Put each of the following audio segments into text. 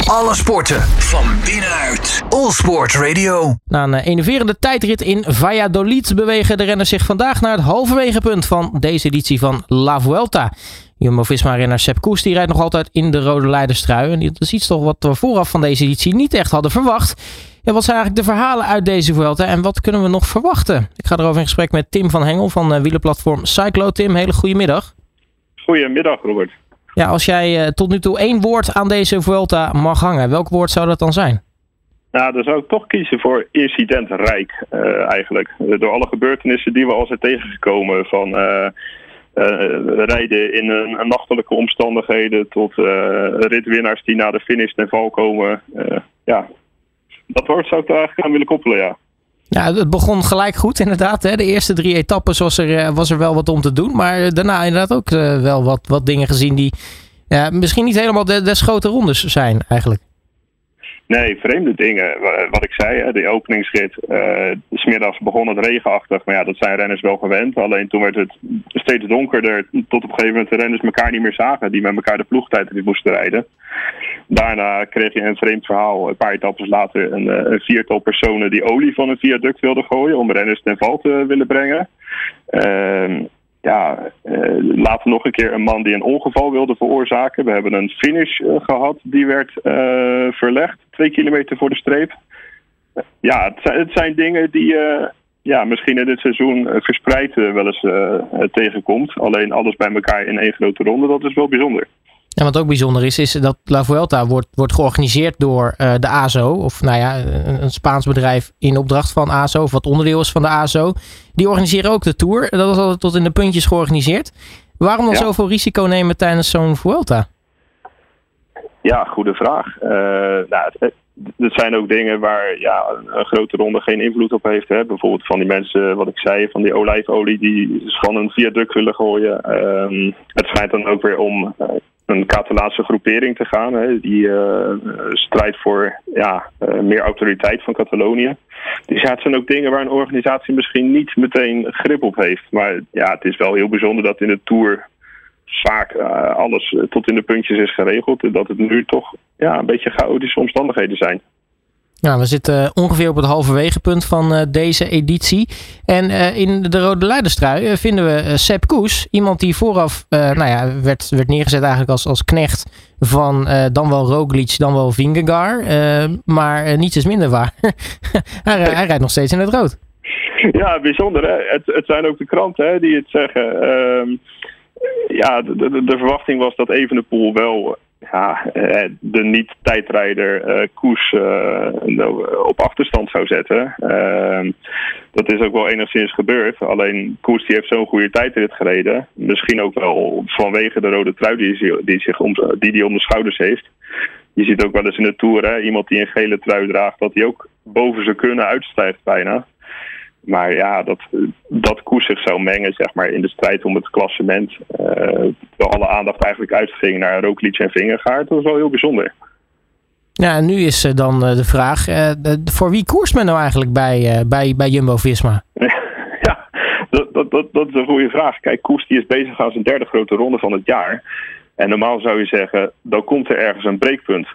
Alle sporten van binnenuit. All Sport Radio. Na een enerverende tijdrit in Valladolid bewegen de renners zich vandaag naar het halverwegepunt van deze editie van La Vuelta. Jumbo-Visma-renner Sepp Kuss die rijdt nog altijd in de rode leiderstrui. En dat is iets toch wat we vooraf van deze editie niet echt hadden verwacht. Ja, wat zijn eigenlijk de verhalen uit deze Vuelta en wat kunnen we nog verwachten? Ik ga erover in gesprek met Tim van Hengel van wielerplatform Cyclo. Tim, hele goede middag. Goedemiddag, Robert. Ja, als jij tot nu toe 1 woord aan deze Vuelta mag hangen, welk woord zou dat dan zijn? Nou, dan zou ik toch kiezen voor incidentrijk eigenlijk. Door alle gebeurtenissen die we al zijn tegengekomen van rijden in een nachtelijke omstandigheden tot ritwinnaars die na de finish ten val komen. Dat woord zou ik er eigenlijk aan willen koppelen, ja. Ja, het begon gelijk goed inderdaad. Hè? De eerste 3 etappes was er wel wat om te doen. Maar daarna inderdaad ook wel wat dingen gezien die misschien niet helemaal de grote rondes zijn eigenlijk. Nee, vreemde dingen. Wat ik zei, de openingsrit. 's middags begon het regenachtig. Maar ja, dat zijn renners wel gewend. Alleen toen werd het steeds donkerder. Tot op een gegeven moment de renners elkaar niet meer zagen. Die met elkaar de ploegtijd moesten rijden. Daarna kreeg je een vreemd verhaal. Een paar etappes later een 4-tal personen die olie van een viaduct wilden gooien. Om renners ten val te willen brengen. Later nog een keer een man die een ongeval wilde veroorzaken. We hebben een finish gehad die werd verlegd. 2 kilometer voor de streep. Het zijn dingen die misschien in dit seizoen verspreid wel eens tegenkomt. Alleen alles bij elkaar in 1 grote ronde, dat is wel bijzonder. En wat ook bijzonder is dat La Vuelta wordt georganiseerd door de ASO. Of een Spaans bedrijf in opdracht van ASO. Of wat onderdeel is van de ASO. Die organiseren ook de Tour. Dat was altijd tot in de puntjes georganiseerd. Waarom dan zoveel risico nemen tijdens zo'n Vuelta? Ja, goede vraag. Het zijn ook dingen waar een grote ronde geen invloed op heeft. Hè. Bijvoorbeeld van die mensen, wat ik zei, van die olijfolie die van een viaduct willen gooien. Het schijnt dan ook weer om een Catalaanse groepering te gaan. Hè, die strijdt voor meer autoriteit van Catalonië. Dus het zijn ook dingen waar een organisatie misschien niet meteen grip op heeft. Maar het is wel heel bijzonder dat in de Tour vaak alles tot in de puntjes is geregeld. En dat het nu toch een beetje chaotische omstandigheden zijn. Ja, we zitten ongeveer op het halverwegepunt van deze editie. En in de rode leiderstrui vinden we Sepp Kuss. Iemand die vooraf werd neergezet eigenlijk als knecht van dan wel Roglic, dan wel Vingegaard. Maar niets is minder waar. Hij rijdt nog steeds in het rood. Ja, bijzonder hè. Het zijn ook de kranten hè, die het zeggen. De verwachting was dat Evenepoel wel de niet-tijdrijder Kuss op achterstand zou zetten. Dat is ook wel enigszins gebeurd. Alleen Kuss die heeft zo'n goede tijdrit gereden. Misschien ook wel vanwege de rode trui die om de schouders heeft. Je ziet ook wel eens in de Tour, hè, iemand die een gele trui draagt, dat hij ook boven zijn kunnen uitstijgt bijna. Maar dat Kuss zich zou mengen zeg maar, in de strijd om het klassement. Terwijl alle aandacht eigenlijk uitging naar Roglic en Vingegaard. Dat is wel heel bijzonder. Ja, en nu is dan de vraag. Voor wie koerst men nou eigenlijk bij Jumbo-Visma? Ja, dat is een goede vraag. Kijk, Kuss die is bezig aan zijn 3e grote ronde van het jaar. En normaal zou je zeggen, dan komt er ergens een breekpunt.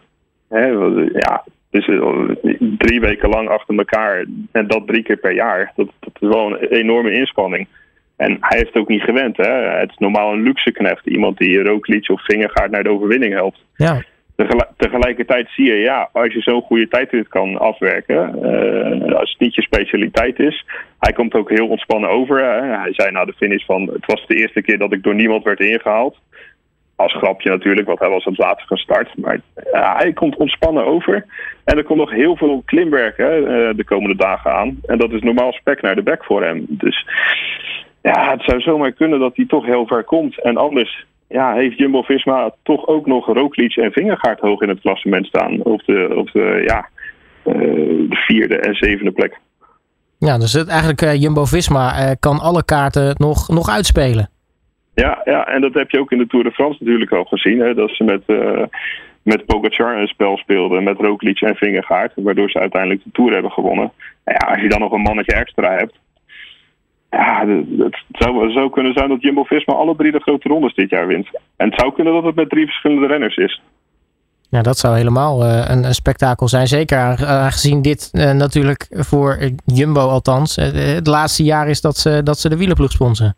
Dus 3 weken lang achter elkaar en dat 3 keer per jaar. Dat is wel een enorme inspanning. En hij heeft het ook niet gewend. Hè? Het is normaal een luxe knecht. Iemand die Roglic of Vingegaard naar de overwinning helpt. Ja. Tegelijkertijd zie je, als je zo'n goede tijdrit kan afwerken. Als het niet je specialiteit is. Hij komt ook heel ontspannen over. Hè? Hij zei na de finish van, het was de eerste keer dat ik door niemand werd ingehaald. Als grapje natuurlijk, want hij was het laatst gestart. Maar hij komt ontspannen over. En er komt nog heel veel klimwerk de komende dagen aan. En dat is normaal spek naar de bek voor hem. Dus het zou zomaar kunnen dat hij toch heel ver komt. En anders heeft Jumbo-Visma toch ook nog Roglic en Vingegaard hoog in het klassement staan. Op de 4e en 7e plek. Ja, dus eigenlijk Jumbo-Visma kan alle kaarten nog uitspelen. Ja, en dat heb je ook in de Tour de France natuurlijk al gezien. Hè, dat ze met Pogačar een spel speelden, met Roglic en Vingegaard. Waardoor ze uiteindelijk de Tour hebben gewonnen. Als je dan nog een mannetje extra hebt. Het zou zo kunnen zijn dat Jumbo-Visma alle 3 de grote rondes dit jaar wint. En het zou kunnen dat het met 3 verschillende renners is. Ja, dat zou helemaal een spektakel zijn. Zeker aangezien dit natuurlijk voor Jumbo althans het laatste jaar is dat ze de wielerploeg sponsoren.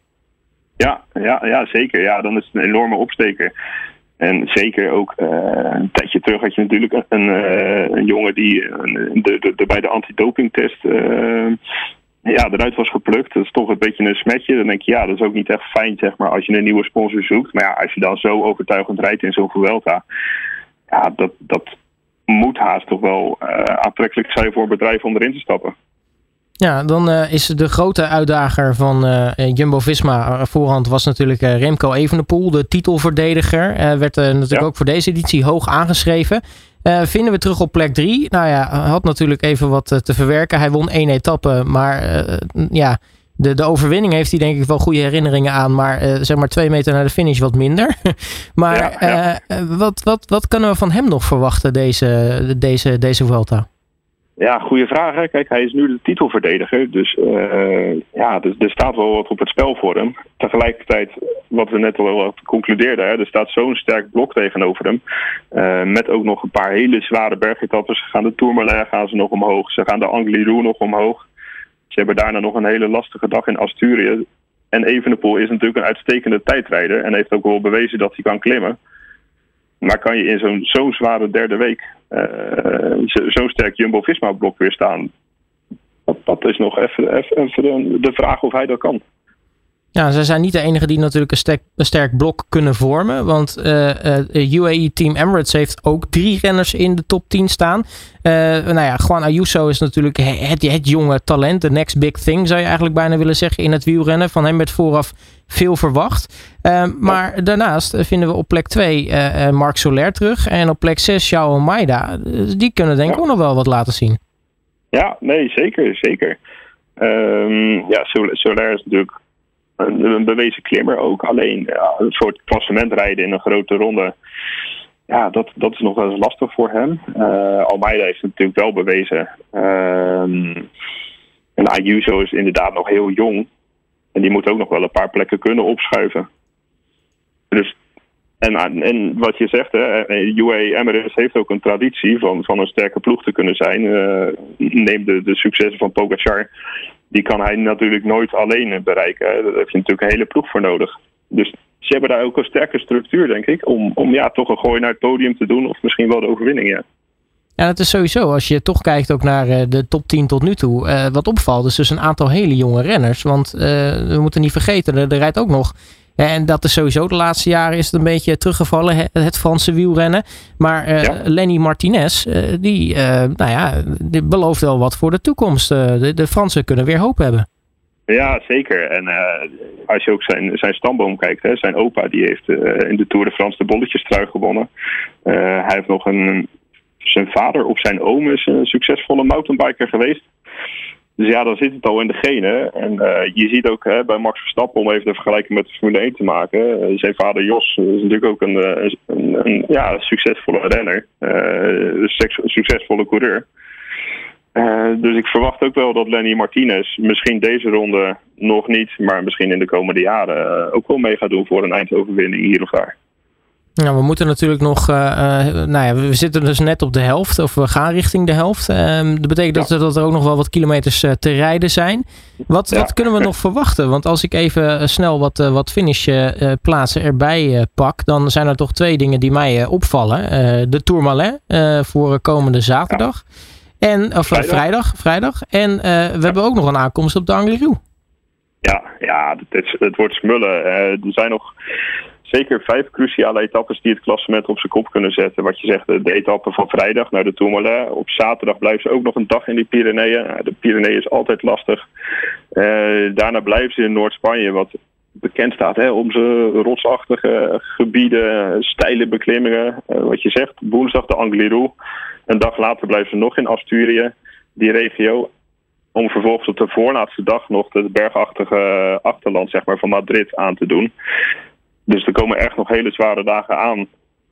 Ja, zeker. Ja, dan is het een enorme opsteker. En zeker ook een tijdje terug had je natuurlijk een jongen die bij de antidopingtest eruit was geplukt. Dat is toch een beetje een smetje. Dan denk je, ja, dat is ook niet echt fijn, zeg maar, als je een nieuwe sponsor zoekt. Maar ja, als je dan zo overtuigend rijdt in zo'n Vuelta, ja, dat moet haast toch wel aantrekkelijk zijn voor een bedrijf om erin te stappen. Ja, dan is de grote uitdager van Jumbo-Visma voorhand was natuurlijk Remco Evenepoel, de titelverdediger. Werd natuurlijk ook voor deze editie hoog aangeschreven. Vinden we terug op plek 3. Nou ja, had natuurlijk even wat te verwerken. Hij won 1 etappe, maar de overwinning heeft hij denk ik wel goede herinneringen aan. Maar zeg maar 2 meter naar de finish wat minder. Maar wat kunnen we van hem nog verwachten deze Vuelta? Ja, goede vraag. Hè? Kijk, hij is nu de titelverdediger. Dus er staat wel wat op het spel voor hem. Tegelijkertijd, wat we net al wat concludeerden, hè, er staat zo'n sterk blok tegenover hem. Met ook nog een paar hele zware bergetappes. Ze gaan de Tourmalet gaan ze nog omhoog. Ze gaan de Angliru nog omhoog. Ze hebben daarna nog een hele lastige dag in Asturië. En Evenepoel is natuurlijk een uitstekende tijdrijder. En heeft ook wel bewezen dat hij kan klimmen. Maar kan je in zo'n zware derde week zo'n sterk Jumbo-Visma-blok weer staan? Dat is nog even de vraag of hij dat kan. Ja, ze zijn niet de enige die natuurlijk een sterk blok kunnen vormen. Want UAE Team Emirates heeft ook 3 renners in de top 10 staan. Juan Ayuso is natuurlijk het jonge talent. De next big thing zou je eigenlijk bijna willen zeggen in het wielrennen. Van hem werd vooraf veel verwacht. Maar daarnaast vinden we op plek 2 Marc Soler terug. En op plek 6 João Almeida. Die kunnen denk ik ook nog wel wat laten zien. Ja, nee, zeker. Soler is natuurlijk een bewezen klimmer ook. Alleen een soort klassement rijden in een grote ronde. Ja, dat is nog wel eens lastig voor hem. Almeida heeft het natuurlijk wel bewezen. En Ayuso is inderdaad nog heel jong. En die moet ook nog wel een paar plekken kunnen opschuiven. Dus, en wat je zegt, UAE Emirates heeft ook een traditie van een sterke ploeg te kunnen zijn. Neem de successen van Pogacar. Die kan hij natuurlijk nooit alleen bereiken. Daar heb je natuurlijk een hele ploeg voor nodig. Dus ze hebben daar ook een sterke structuur, denk ik, om toch een gooi naar het podium te doen. Of misschien wel de overwinning, ja. Ja, het is sowieso, als je toch kijkt ook naar de top 10 tot nu toe. Wat opvalt is dus een aantal hele jonge renners. Want we moeten niet vergeten, er rijdt ook nog. En dat is sowieso de laatste jaren is het een beetje teruggevallen, het Franse wielrennen. Maar Lenny Martinez, die belooft wel wat voor de toekomst. De Fransen kunnen weer hoop hebben. Ja, zeker. En als je ook zijn stamboom kijkt, hè, zijn opa die heeft in de Tour de France de bolletjestrui gewonnen. Hij heeft nog zijn vader of zijn oom is een succesvolle mountainbiker geweest. Dus ja, dan zit het al in de genen. En je ziet ook bij Max Verstappen, om even de vergelijking met de Formule 1 te maken. Zijn vader Jos is natuurlijk ook een succesvolle renner. Een succesvolle coureur. Dus ik verwacht ook wel dat Lenny Martinez misschien deze ronde nog niet, maar misschien in de komende jaren ook wel mee gaat doen voor een eindoverwinning hier of daar. Nou, we moeten natuurlijk nog, we zitten dus net op de helft, of we gaan richting de helft. Dat betekent dat er ook nog wel wat kilometers te rijden zijn. Wat kunnen we nog verwachten? Want als ik even snel wat finishplaatsen erbij pak, dan zijn er toch 2 dingen die mij opvallen. De Tourmalet voor komende zaterdag. Vrijdag. En we hebben ook nog een aankomst op de Angliru. Ja, het wordt smullen. Er zijn nog zeker 5 cruciale etappes die het klassement op zijn kop kunnen zetten. Wat je zegt, de etappe van vrijdag naar de Tourmalet. Op zaterdag blijven ze ook nog een dag in die Pyreneeën. De Pyreneeën is altijd lastig. Daarna blijven ze in Noord-Spanje, wat bekend staat om zijn rotsachtige gebieden, steile beklimmingen. Wat je zegt, woensdag de Angliru. Een dag later blijven ze nog in Asturië, die regio. Om vervolgens op de voorlaatste dag nog het bergachtige achterland, zeg maar, van Madrid aan te doen. Dus er komen echt nog hele zware dagen aan.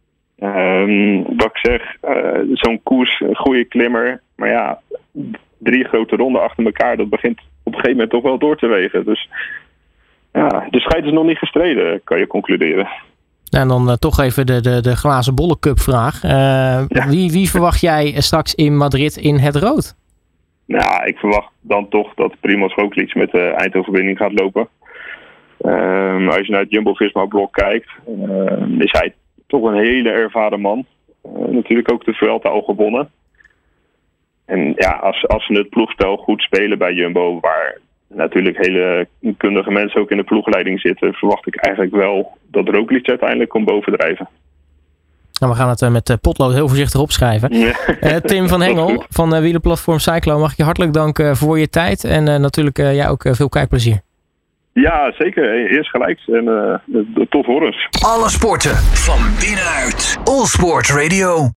Wat ik zeg, zo'n koers, een goede klimmer. Maar ja, 3 grote ronden achter elkaar, dat begint op een gegeven moment toch wel door te wegen. Dus ja, de strijd is nog niet gestreden, kan je concluderen. Nou, en dan toch even de glazen bollen cup vraag. Wie verwacht jij straks in Madrid in het rood? Nou, ik verwacht dan toch dat Primož Roglič met de Eindhoven-winning gaat lopen. Als je naar het Jumbo-Visma-blok kijkt, is hij toch een hele ervaren man. Natuurlijk ook de Vuelta al gewonnen. En ja, als ze het ploegspel goed spelen bij Jumbo, waar natuurlijk hele kundige mensen ook in de ploegleiding zitten, verwacht ik eigenlijk wel dat Roglič uiteindelijk komt bovendrijven. Nou, we gaan het met potlood heel voorzichtig opschrijven. Tim van Hengel van wielerplatform Cyclo, mag ik je hartelijk danken voor je tijd. En natuurlijk jij ook veel kijkplezier. Ja, zeker. Eerst gelijk. En tot horens. Alle sporten van binnenuit. All Sport Radio.